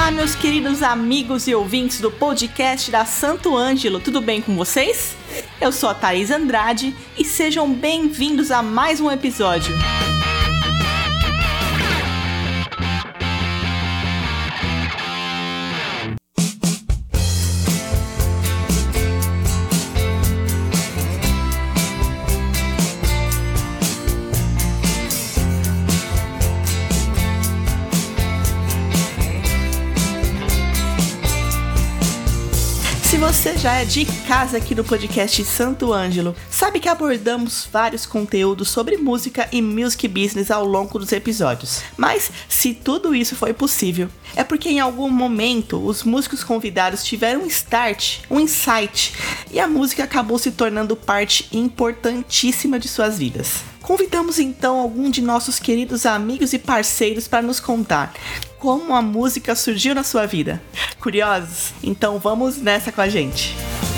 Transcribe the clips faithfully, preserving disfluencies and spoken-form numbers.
Olá, meus queridos amigos e ouvintes do podcast da Santo Ângelo, tudo bem com vocês? Eu sou a Thaís Andrade e sejam bem-vindos a mais um episódio. Se você já é de casa aqui do podcast Santo Ângelo, sabe que abordamos vários conteúdos sobre música e music business ao longo dos episódios. Mas se tudo isso foi possível, é porque em algum momento os músicos convidados tiveram um start, um insight, e a música acabou se tornando parte importantíssima de suas vidas. Convidamos então algum de nossos queridos amigos e parceiros para nos contar como a música surgiu na sua vida. Curiosos? Então vamos nessa com a gente.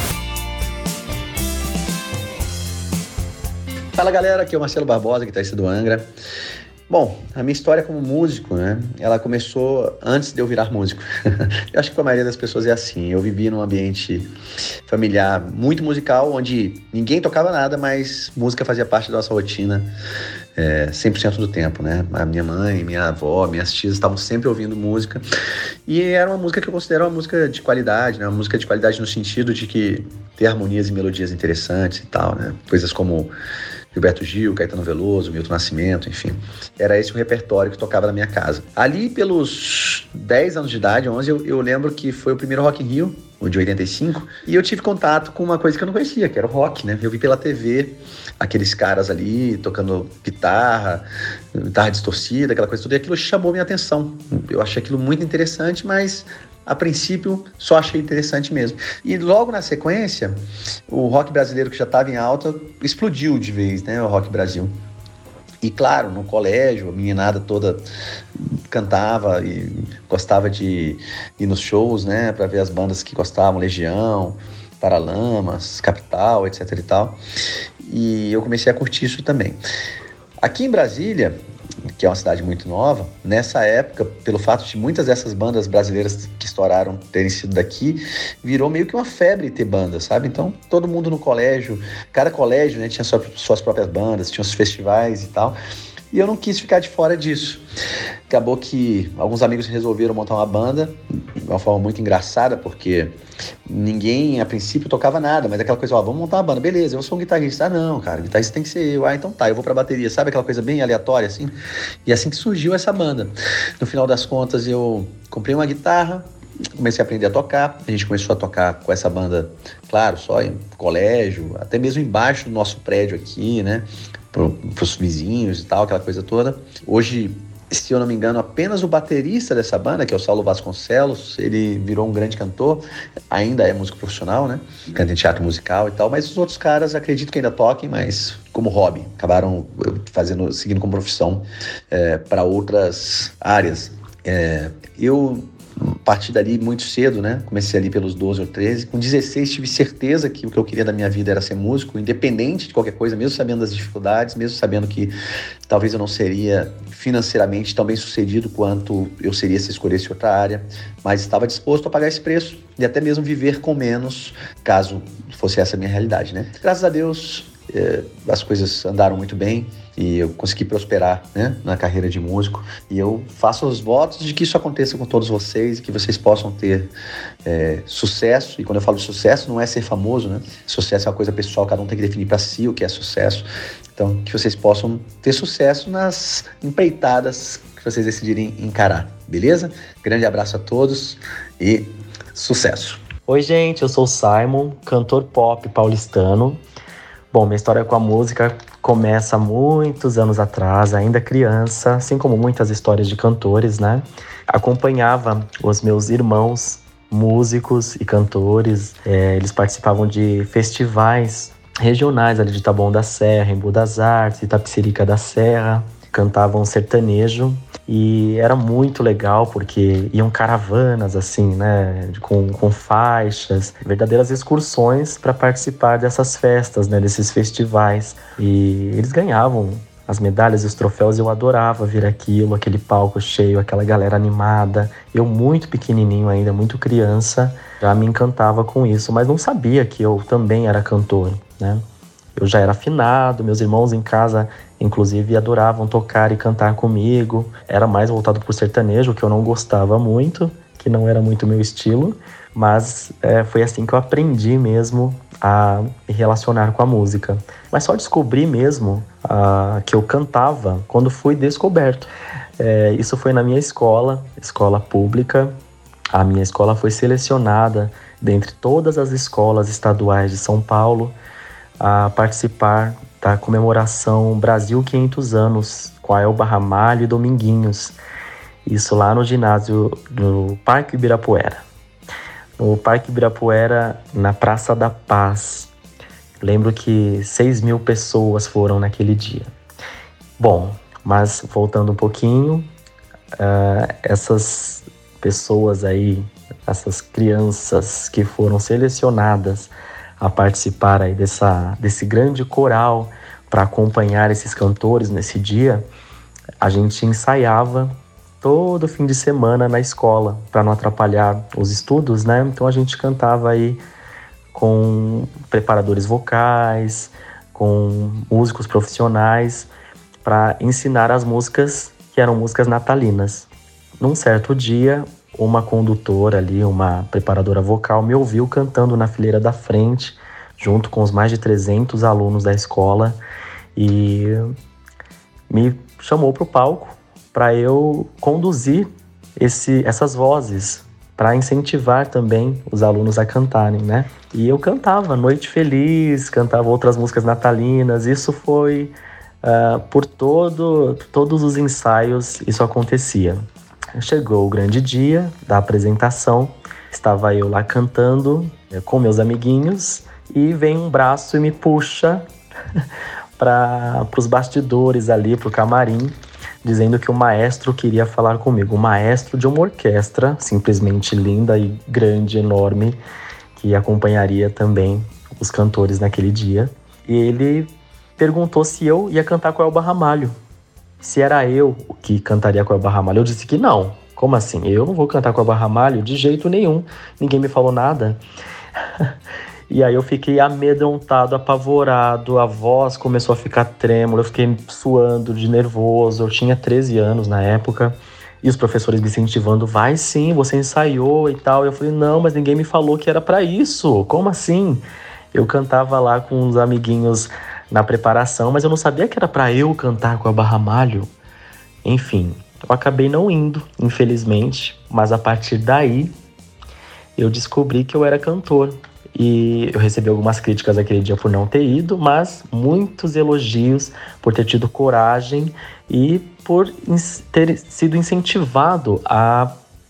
Fala galera, aqui é o Marcelo Barbosa, guitarrista do Angra. Bom, a minha história como músico, né, ela começou antes de eu virar músico. Eu acho que a maioria das pessoas é assim. Eu vivi num ambiente familiar muito musical, onde ninguém tocava nada, mas música fazia parte da nossa rotina é, cem por cento do tempo, né? A minha mãe, minha avó, minhas tias estavam sempre ouvindo música. E era uma música que eu considero uma música de qualidade, né? Uma música de qualidade no sentido de que ter harmonias e melodias interessantes e tal, né? Coisas como Gilberto Gil, Caetano Veloso, Milton Nascimento, enfim. Era esse o repertório que tocava na minha casa. Ali pelos dez anos de idade, onze, eu, eu lembro que foi o primeiro Rock in Rio, o de oitenta e cinco, e eu tive contato com uma coisa que eu não conhecia, que era o rock, né? Eu vi pela T V aqueles caras ali tocando guitarra, guitarra distorcida, aquela coisa toda, e aquilo chamou minha atenção. Eu achei aquilo muito interessante, mas a princípio, só achei interessante mesmo. E logo na sequência, o rock brasileiro que já estava em alta explodiu de vez, né? O Rock Brasil. E claro, no colégio, a meninada toda cantava e gostava de ir nos shows, né? Para ver as bandas que gostavam, Legião, Paralamas, Capital, etc e tal. E eu comecei a curtir isso também. Aqui em Brasília, que é uma cidade muito nova, nessa época, pelo fato de muitas dessas bandas brasileiras que estouraram terem sido daqui, virou meio que uma febre ter bandas, sabe? Então, todo mundo no colégio, cada colégio, né, tinha sua, suas próprias bandas, tinha os festivais e tal, e eu não quis ficar de fora disso. Acabou que alguns amigos resolveram montar uma banda, de uma forma muito engraçada, porque ninguém, a princípio, tocava nada, mas aquela coisa, ó, vamos montar uma banda, beleza, eu sou um guitarrista. Ah, não, cara, guitarrista tem que ser eu. Ah, então tá, eu vou pra bateria, sabe aquela coisa bem aleatória, assim? E assim que surgiu essa banda. No final das contas, eu comprei uma guitarra, comecei a aprender a tocar, a gente começou a tocar com essa banda, claro, só em colégio, até mesmo embaixo do nosso prédio aqui, né, pros vizinhos e tal, aquela coisa toda. Hoje, se eu não me engano, apenas o baterista dessa banda, que é o Saulo Vasconcelos, ele virou um grande cantor, ainda é músico profissional, né? Canta em teatro musical e tal, mas os outros caras acredito que ainda toquem, mas como hobby, acabaram fazendo, seguindo como profissão é, para outras áreas. É, eu a partir dali muito cedo, né? Comecei ali pelos doze ou treze. Com dezesseis tive certeza que o que eu queria da minha vida era ser músico, independente de qualquer coisa, mesmo sabendo das dificuldades, mesmo sabendo que talvez eu não seria financeiramente tão bem sucedido quanto eu seria se escolhesse outra área, mas estava disposto a pagar esse preço e até mesmo viver com menos, caso fosse essa a minha realidade, né? Graças a Deus, eh, as coisas andaram muito bem e eu consegui prosperar, né, na carreira de músico, e eu faço os votos de que isso aconteça com todos vocês e que vocês possam ter é, sucesso. E quando eu falo de sucesso, não é ser famoso, né? Sucesso é uma coisa pessoal, cada um tem que definir para si o que é sucesso. Então, que vocês possam ter sucesso nas empreitadas que vocês decidirem encarar, beleza? Grande abraço a todos e sucesso! Oi gente, eu sou o Simon, cantor pop paulistano. Bom, minha história com a música começa há muitos anos atrás, ainda criança, assim como muitas histórias de cantores, né? Acompanhava os meus irmãos músicos e cantores, é, eles participavam de festivais regionais ali de Taboão da Serra, Embu das Artes, Itapecerica da Serra, cantavam sertanejo. E era muito legal porque iam caravanas assim, né, com, com faixas, verdadeiras excursões para participar dessas festas, né, desses festivais. E eles ganhavam as medalhas e os troféus, eu adorava ver aquilo, aquele palco cheio, aquela galera animada. Eu muito pequenininho ainda, muito criança, já me encantava com isso, mas não sabia que eu também era cantor, né? Eu já era afinado, meus irmãos em casa, inclusive, adoravam tocar e cantar comigo. Era mais voltado pro sertanejo, que eu não gostava muito, que não era muito meu estilo, mas é, foi assim que eu aprendi mesmo a me relacionar com a música. Mas só descobri mesmo uh, que eu cantava quando fui descoberto. É, isso foi na minha escola, escola pública. A minha escola foi selecionada dentre todas as escolas estaduais de São Paulo a participar da comemoração Brasil quinhentos anos com a Elba Ramalho e Dominguinhos. Isso lá no ginásio do Parque Ibirapuera. No Parque Ibirapuera, na Praça da Paz. Lembro que seis mil pessoas foram naquele dia. Bom, mas voltando um pouquinho, uh, essas pessoas aí, essas crianças que foram selecionadas a participar aí dessa, desse grande coral para acompanhar esses cantores nesse dia, a gente ensaiava todo fim de semana na escola, para não atrapalhar os estudos, né? Então a gente cantava aí com preparadores vocais, com músicos profissionais, para ensinar as músicas que eram músicas natalinas. Num certo dia, uma condutora ali, uma preparadora vocal, me ouviu cantando na fileira da frente, junto com os mais de trezentos alunos da escola, e me chamou para o palco para eu conduzir esse, essas vozes, para incentivar também os alunos a cantarem, né? E eu cantava Noite Feliz, cantava outras músicas natalinas. Isso foi uh, por todo, todos os ensaios, isso acontecia. Chegou o grande dia da apresentação, estava eu lá cantando né, com meus amiguinhos, e vem um braço e me puxa para os bastidores ali, para o camarim, dizendo que o maestro queria falar comigo. O maestro de uma orquestra, simplesmente linda e grande, enorme, que acompanharia também os cantores naquele dia. E ele perguntou se eu ia cantar com a Elba Ramalho. Se era eu que cantaria com a Elba Ramalho. Eu disse que não. Como assim? Eu não vou cantar com a Elba Ramalho? De jeito nenhum. Ninguém me falou nada. E aí eu fiquei amedrontado, apavorado, a voz começou a ficar trêmula, eu fiquei suando de nervoso, eu tinha treze anos na época, e os professores me incentivando, vai sim, você ensaiou e tal. Eu falei, não, mas ninguém me falou que era pra isso, como assim? Eu cantava lá com os amiguinhos na preparação, mas eu não sabia que era pra eu cantar com a Elba Ramalho. Enfim, eu acabei não indo, infelizmente, mas a partir daí eu descobri que eu era cantor. E eu recebi algumas críticas aquele dia por não ter ido, mas muitos elogios por ter tido coragem e por ter sido incentivado a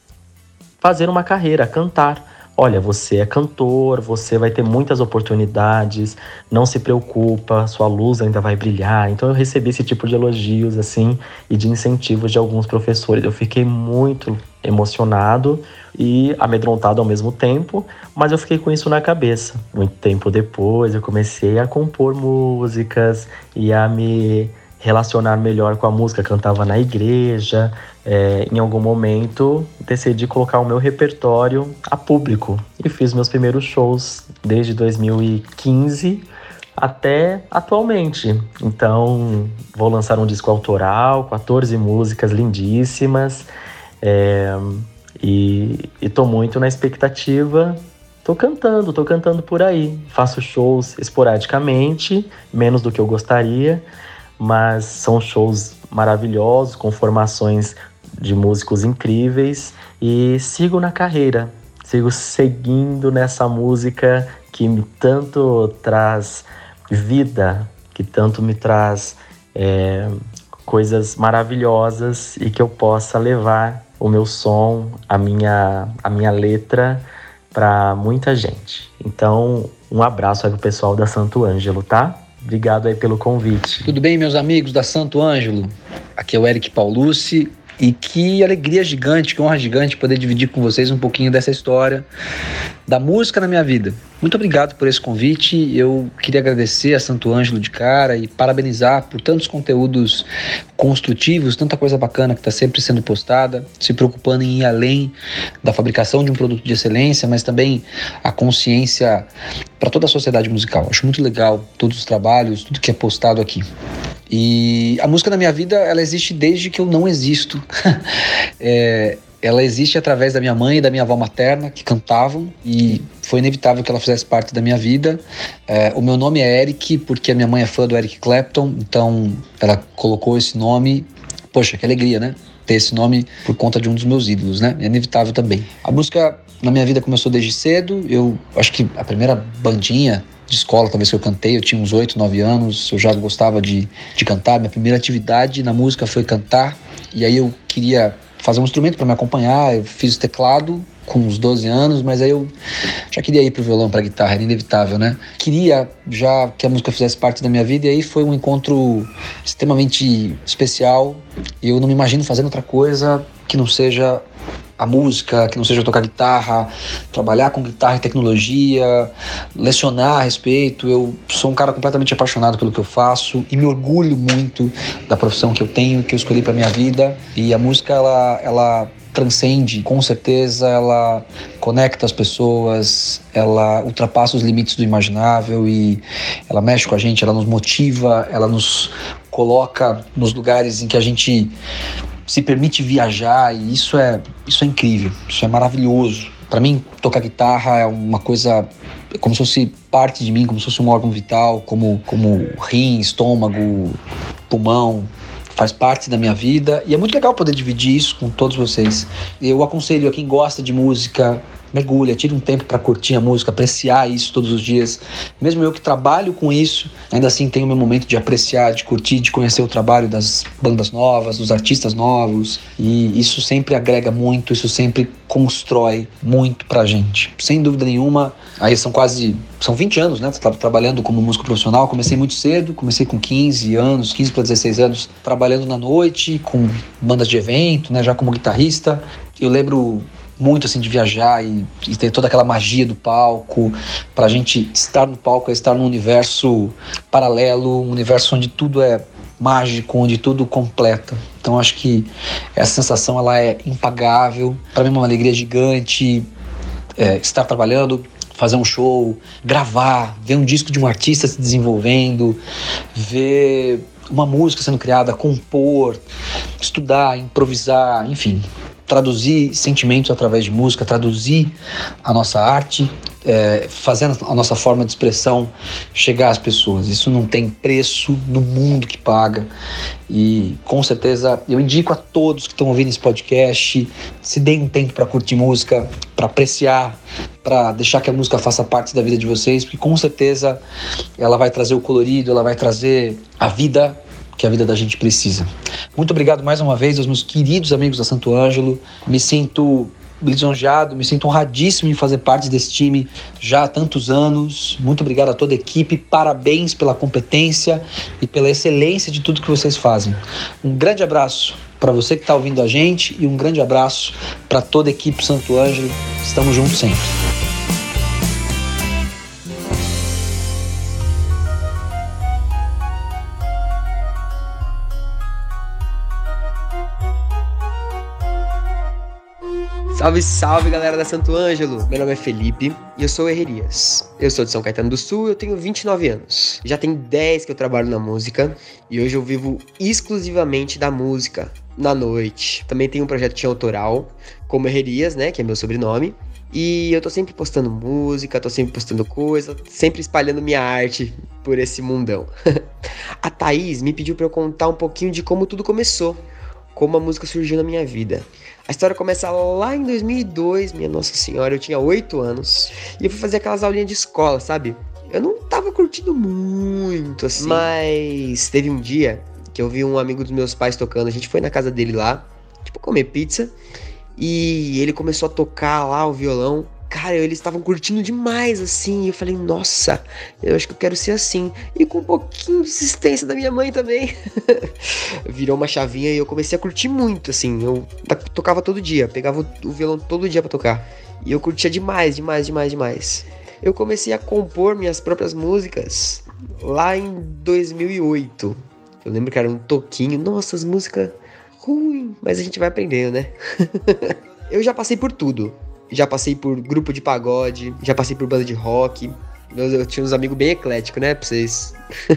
fazer uma carreira, a cantar. Olha, você é cantor, você vai ter muitas oportunidades, não se preocupa, sua luz ainda vai brilhar. Então eu recebi esse tipo de elogios assim e de incentivos de alguns professores. Eu fiquei muito emocionado e amedrontado ao mesmo tempo, mas eu fiquei com isso na cabeça. Muito tempo depois eu comecei a compor músicas e a me relacionar melhor com a música, cantava na igreja. É, em algum momento decidi colocar o meu repertório a público e fiz meus primeiros shows desde dois mil e quinze até atualmente. Então vou lançar um disco autoral, quatorze músicas lindíssimas, é, e, e tô muito na expectativa. Tô cantando, tô cantando por aí, faço shows esporadicamente, menos do que eu gostaria, mas são shows maravilhosos, com formações de músicos incríveis, e sigo na carreira, sigo seguindo nessa música que me tanto traz vida, que tanto me traz é, coisas maravilhosas, e que eu possa levar o meu som, a minha, a minha letra para muita gente. Então, um abraço aí pro pessoal da Santo Ângelo, tá? Obrigado aí pelo convite. Tudo bem, meus amigos da Santo Ângelo? Aqui é o Eric Paulucci, e que alegria gigante, que honra gigante poder dividir com vocês um pouquinho dessa história da música na minha vida. Muito obrigado por esse convite. Eu queria agradecer a Santo Ângelo de cara e parabenizar por tantos conteúdos construtivos, tanta coisa bacana que está sempre sendo postada, se preocupando em ir além da fabricação de um produto de excelência, mas também a consciência para toda a sociedade musical. Acho muito legal todos os trabalhos, tudo que é postado aqui. E a música na minha vida, ela existe desde que eu não existo. é, ela existe através da minha mãe e da minha avó materna, que cantavam, e foi inevitável que ela fizesse parte da minha vida. É, o meu nome é Eric, porque a minha mãe é fã do Eric Clapton, então ela colocou esse nome. Poxa, que alegria, né? Ter esse nome por conta de um dos meus ídolos, né? É inevitável também. A música na minha vida começou desde cedo. Eu acho que a primeira bandinha de escola, talvez, que eu cantei, eu tinha uns oito, nove anos, eu já gostava de, de cantar. Minha primeira atividade na música foi cantar, e aí eu queria fazer um instrumento para me acompanhar. Eu fiz teclado com uns doze anos, mas aí eu já queria ir pro violão, pra guitarra, era inevitável, né? Queria já que a música fizesse parte da minha vida, e aí foi um encontro extremamente especial. Eu não me imagino fazendo outra coisa que não seja a música, que não seja tocar guitarra, trabalhar com guitarra e tecnologia, lecionar a respeito. Eu sou um cara completamente apaixonado pelo que eu faço e me orgulho muito da profissão que eu tenho, que eu escolhi para minha vida. E a música, ela, ela transcende, com certeza, ela conecta as pessoas, ela ultrapassa os limites do imaginável e ela mexe com a gente, ela nos motiva, ela nos coloca nos lugares em que a gente se permite viajar, e isso é, isso é incrível, isso é maravilhoso. Para mim, tocar guitarra é uma coisa como se fosse parte de mim, como se fosse um órgão vital, como, como rim, estômago, pulmão, faz parte da minha vida, e é muito legal poder dividir isso com todos vocês. Eu aconselho a quem gosta de música, mergulha, tire um tempo para curtir a música, apreciar isso todos os dias. Mesmo eu que trabalho com isso, ainda assim tenho meu momento de apreciar, de curtir, de conhecer o trabalho das bandas novas, dos artistas novos, e isso sempre agrega muito, isso sempre constrói muito pra gente. Sem dúvida nenhuma, aí são quase, são vinte anos, né, trabalhando como músico profissional. Comecei muito cedo, comecei com quinze anos, quinze para dezesseis anos, trabalhando na noite, com bandas de evento, né, já como guitarrista. Eu lembro muito assim de viajar e, e ter toda aquela magia do palco. Pra gente estar no palco é estar num universo paralelo, um universo onde tudo é mágico, onde tudo completa. Então acho que essa sensação, ela é impagável. Para mim é uma alegria gigante é, estar trabalhando, fazer um show, gravar, ver um disco de um artista se desenvolvendo, ver uma música sendo criada, compor, estudar, improvisar, enfim, traduzir sentimentos através de música, traduzir a nossa arte, é, fazendo a nossa forma de expressão chegar às pessoas. Isso não tem preço no mundo que paga, e com certeza eu indico a todos que estão ouvindo esse podcast, se deem um tempo para curtir música, para apreciar, para deixar que a música faça parte da vida de vocês, porque com certeza ela vai trazer o colorido, ela vai trazer a vida que a vida da gente precisa. Muito obrigado mais uma vez aos meus queridos amigos da Santo Ângelo. Me sinto lisonjeado, me sinto honradíssimo em fazer parte desse time já há tantos anos. Muito obrigado a toda a equipe, parabéns pela competência e pela excelência de tudo que vocês fazem. Um grande abraço para você que está ouvindo a gente e um grande abraço para toda a equipe Santo Ângelo. Estamos juntos sempre. Salve, salve, galera da Santo Ângelo! Meu nome é Felipe e eu sou Herrerias. Eu sou de São Caetano do Sul e eu tenho vinte e nove anos. Já tem dez que eu trabalho na música e hoje eu vivo exclusivamente da música, na noite. Também tenho um projeto autoral, como Herrerias, né, que é meu sobrenome. E eu tô sempre postando música, tô sempre postando coisa, sempre espalhando minha arte por esse mundão. A Thaís me pediu pra eu contar um pouquinho de como tudo começou, como a música surgiu na minha vida. A história começa lá em dois mil e dois, minha nossa senhora, eu tinha oito anos. E eu fui fazer aquelas aulinhas de escola, sabe? Eu não tava curtindo muito, assim. Mas teve um dia que eu vi um amigo dos meus pais tocando. A gente foi na casa dele lá, tipo, comer pizza. E ele começou a tocar lá o violão. cara, eles estavam curtindo demais, assim. E eu falei, nossa, eu acho que eu quero ser assim. E com um pouquinho de insistência da minha mãe também. Virou uma chavinha e eu comecei a curtir muito, assim. Eu tocava todo dia, pegava o violão todo dia pra tocar. E eu curtia demais, demais, demais, demais. Eu comecei a compor minhas próprias músicas lá em dois mil e oito. Eu lembro que era um toquinho. Nossa, as músicas ruins, mas a gente vai aprendendo, né? Eu já passei por tudo. Já passei por grupo de pagode, já passei por banda de rock. Eu, eu tinha uns amigos bem ecléticos, né, pra vocês.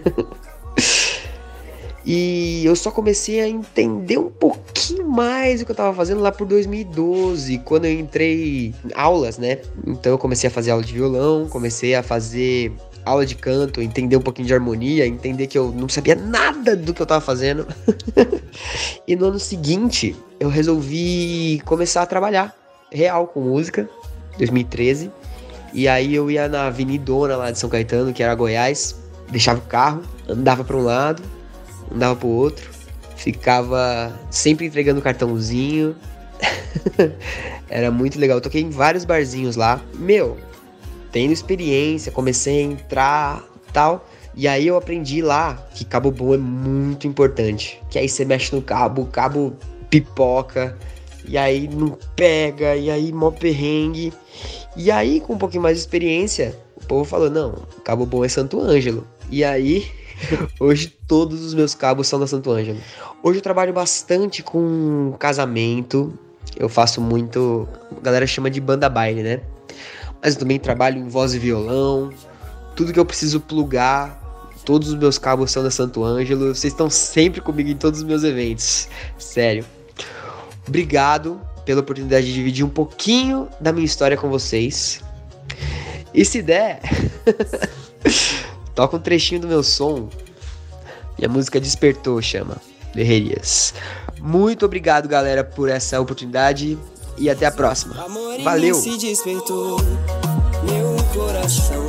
E eu só comecei a entender um pouquinho mais o que eu tava fazendo lá por dois mil e doze, quando eu entrei em aulas, né? Então eu comecei a fazer aula de violão, comecei a fazer aula de canto, entender um pouquinho de harmonia, entender que eu não sabia nada do que eu tava fazendo. E no ano seguinte, eu resolvi começar a trabalhar real com música, dois mil e treze. E aí eu ia na avenidona lá de São Caetano, que era Goiás, deixava o carro, andava pra um lado, andava pro outro, ficava sempre entregando cartãozinho. Era muito legal, eu toquei em vários barzinhos lá. Meu, tendo experiência, comecei a entrar e tal. E aí eu aprendi lá que cabo bom é muito importante. Que aí você mexe no cabo, o cabo pipoca, e aí não pega, e aí mó perrengue. E aí, com um pouquinho mais de experiência, o povo falou, não, cabo bom é Santo Ângelo. E aí, hoje todos os meus cabos são da Santo Ângelo. Hoje eu trabalho bastante com casamento. Eu faço muito, a galera chama de banda baile, né? Mas eu também trabalho em voz e violão. Tudo que eu preciso plugar, todos os meus cabos são da Santo Ângelo. Vocês estão sempre comigo em todos os meus eventos. Sério. Obrigado pela oportunidade de dividir um pouquinho da minha história com vocês. E se der, toca um trechinho do meu som. E a música Despertou, chama Herrerias. Muito obrigado, galera, por essa oportunidade. E até a próxima. Valeu! Se despertou, meu coração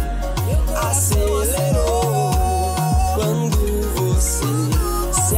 acelerou quando você se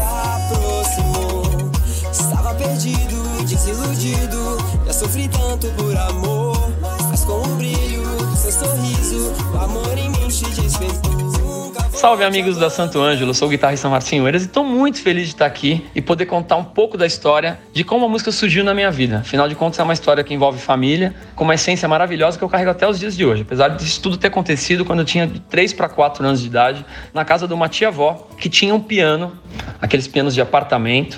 aproximou. Estava perdido, desiludido, já sofri tanto por amor, mas com o brilho do seu sorriso, o amor em mim se despertou. Salve, amigos da Santo Ângelo, eu sou o guitarrista Marcinho Eiras e estou muito feliz de estar aqui e poder contar um pouco da história de como a música surgiu na minha vida. Afinal de contas, é uma história que envolve família, com uma essência maravilhosa que eu carrego até os dias de hoje. Apesar disso tudo ter acontecido quando eu tinha de três para quatro anos de idade, na casa de uma tia-avó que tinha um piano, aqueles pianos de apartamento.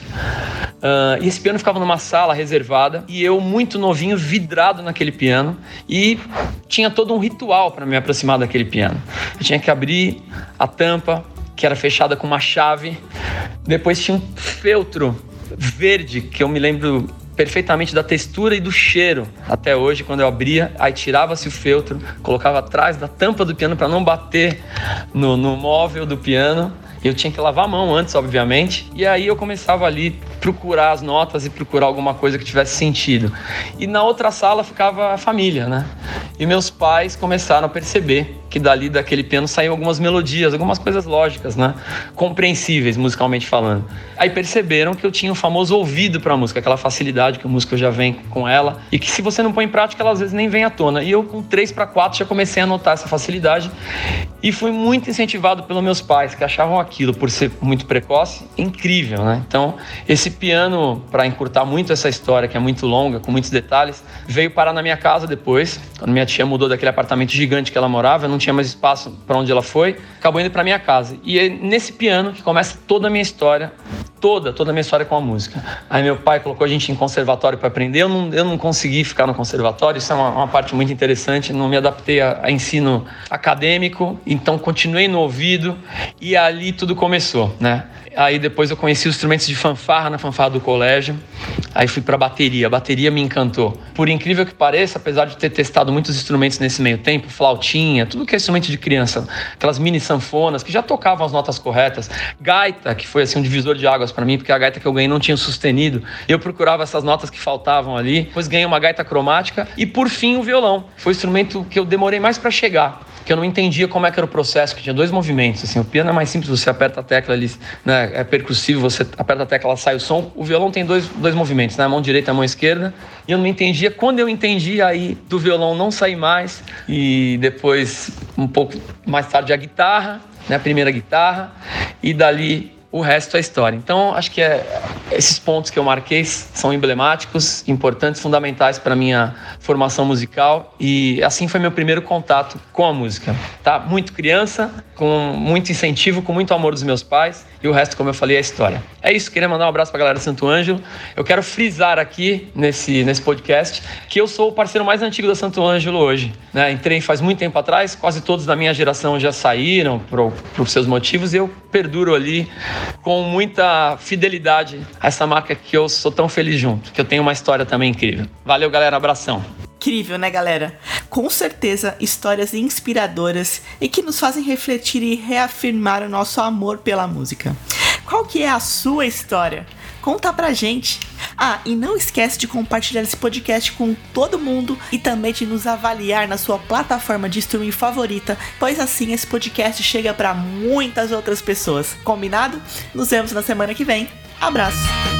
Uh, e esse piano ficava numa sala reservada e eu, muito novinho, vidrado naquele piano, e tinha todo um ritual para me aproximar daquele piano. Eu tinha que abrir a tampa, que era fechada com uma chave. Depois tinha um feltro verde, que eu me lembro perfeitamente da textura e do cheiro até hoje. Quando eu abria, aí tirava-se o feltro, colocava atrás da tampa do piano para não bater no, no móvel do piano. Eu tinha que lavar a mão antes, obviamente, e aí eu começava ali procurar as notas e procurar alguma coisa que tivesse sentido. E na outra sala ficava a família, né? E meus pais começaram a perceber que dali daquele piano saíam algumas melodias, algumas coisas lógicas, né? Compreensíveis, musicalmente falando. Aí perceberam que eu tinha o famoso ouvido para a música, aquela facilidade que o músico já vem com ela, e que se você não põe em prática, ela às vezes nem vem à tona. E eu, com três para quatro, já comecei a notar essa facilidade e fui muito incentivado pelos meus pais, que achavam aquilo, por ser muito precoce, incrível, né? Então, esse piano, para encurtar muito essa história, que é muito longa, com muitos detalhes, veio parar na minha casa depois, quando minha tia mudou daquele apartamento gigante que ela morava, eu não tinha mais espaço para onde ela foi, acabou indo para minha casa. E é nesse piano que começa toda a minha história, toda, toda a minha história com a música. Aí meu pai colocou a gente em conservatório para aprender, eu não, eu não consegui ficar no conservatório, isso é uma, uma parte muito interessante, não me adaptei a, a ensino acadêmico, então continuei no ouvido e ali tudo começou, né? Aí depois eu conheci os instrumentos de fanfarra na fanfarra do colégio. Aí fui pra bateria. A bateria me encantou. Por incrível que pareça, apesar de ter testado muitos instrumentos nesse meio tempo, flautinha, tudo que é instrumento de criança, aquelas mini sanfonas que já tocavam as notas corretas, gaita, que foi assim um divisor de águas pra mim, porque a gaita que eu ganhei não tinha sustenido. Eu procurava essas notas que faltavam ali. Depois ganhei uma gaita cromática e, por fim, o violão. Foi o instrumento que eu demorei mais pra chegar. que eu não entendia como é que era o processo, que tinha dois movimentos, assim, o piano é mais simples, você aperta a tecla ali, né, é percussivo, você aperta a tecla, ela sai o som, o violão tem dois, dois movimentos, né, a mão direita e a mão esquerda, e eu não entendia. Quando eu entendi, aí do violão não saí mais, e depois, um pouco mais tarde, a guitarra, né, a primeira guitarra, e dali o resto é história. Então, acho que é, esses pontos que eu marquei são emblemáticos, importantes, fundamentais para a minha formação musical, e assim foi meu primeiro contato com a música. Tá? Muito criança, com muito incentivo, com muito amor dos meus pais, e o resto, como eu falei, é história. É isso, queria mandar um abraço para a galera de Santo Ângelo. Eu quero frisar aqui, nesse, nesse podcast, que eu sou o parceiro mais antigo da Santo Ângelo hoje. Né? Entrei faz muito tempo atrás, quase todos da minha geração já saíram por, por seus motivos, e eu perduro ali com muita fidelidade a essa marca que eu sou tão feliz junto, que eu tenho uma história também incrível. Valeu, galera, abração. Incrível, né, galera? Com certeza, histórias inspiradoras e que nos fazem refletir e reafirmar o nosso amor pela música. Qual que é a sua história? Conta pra gente. Ah, e não esquece de compartilhar esse podcast com todo mundo e também de nos avaliar na sua plataforma de streaming favorita, pois assim esse podcast chega pra muitas outras pessoas. Combinado? Nos vemos na semana que vem. Abraço!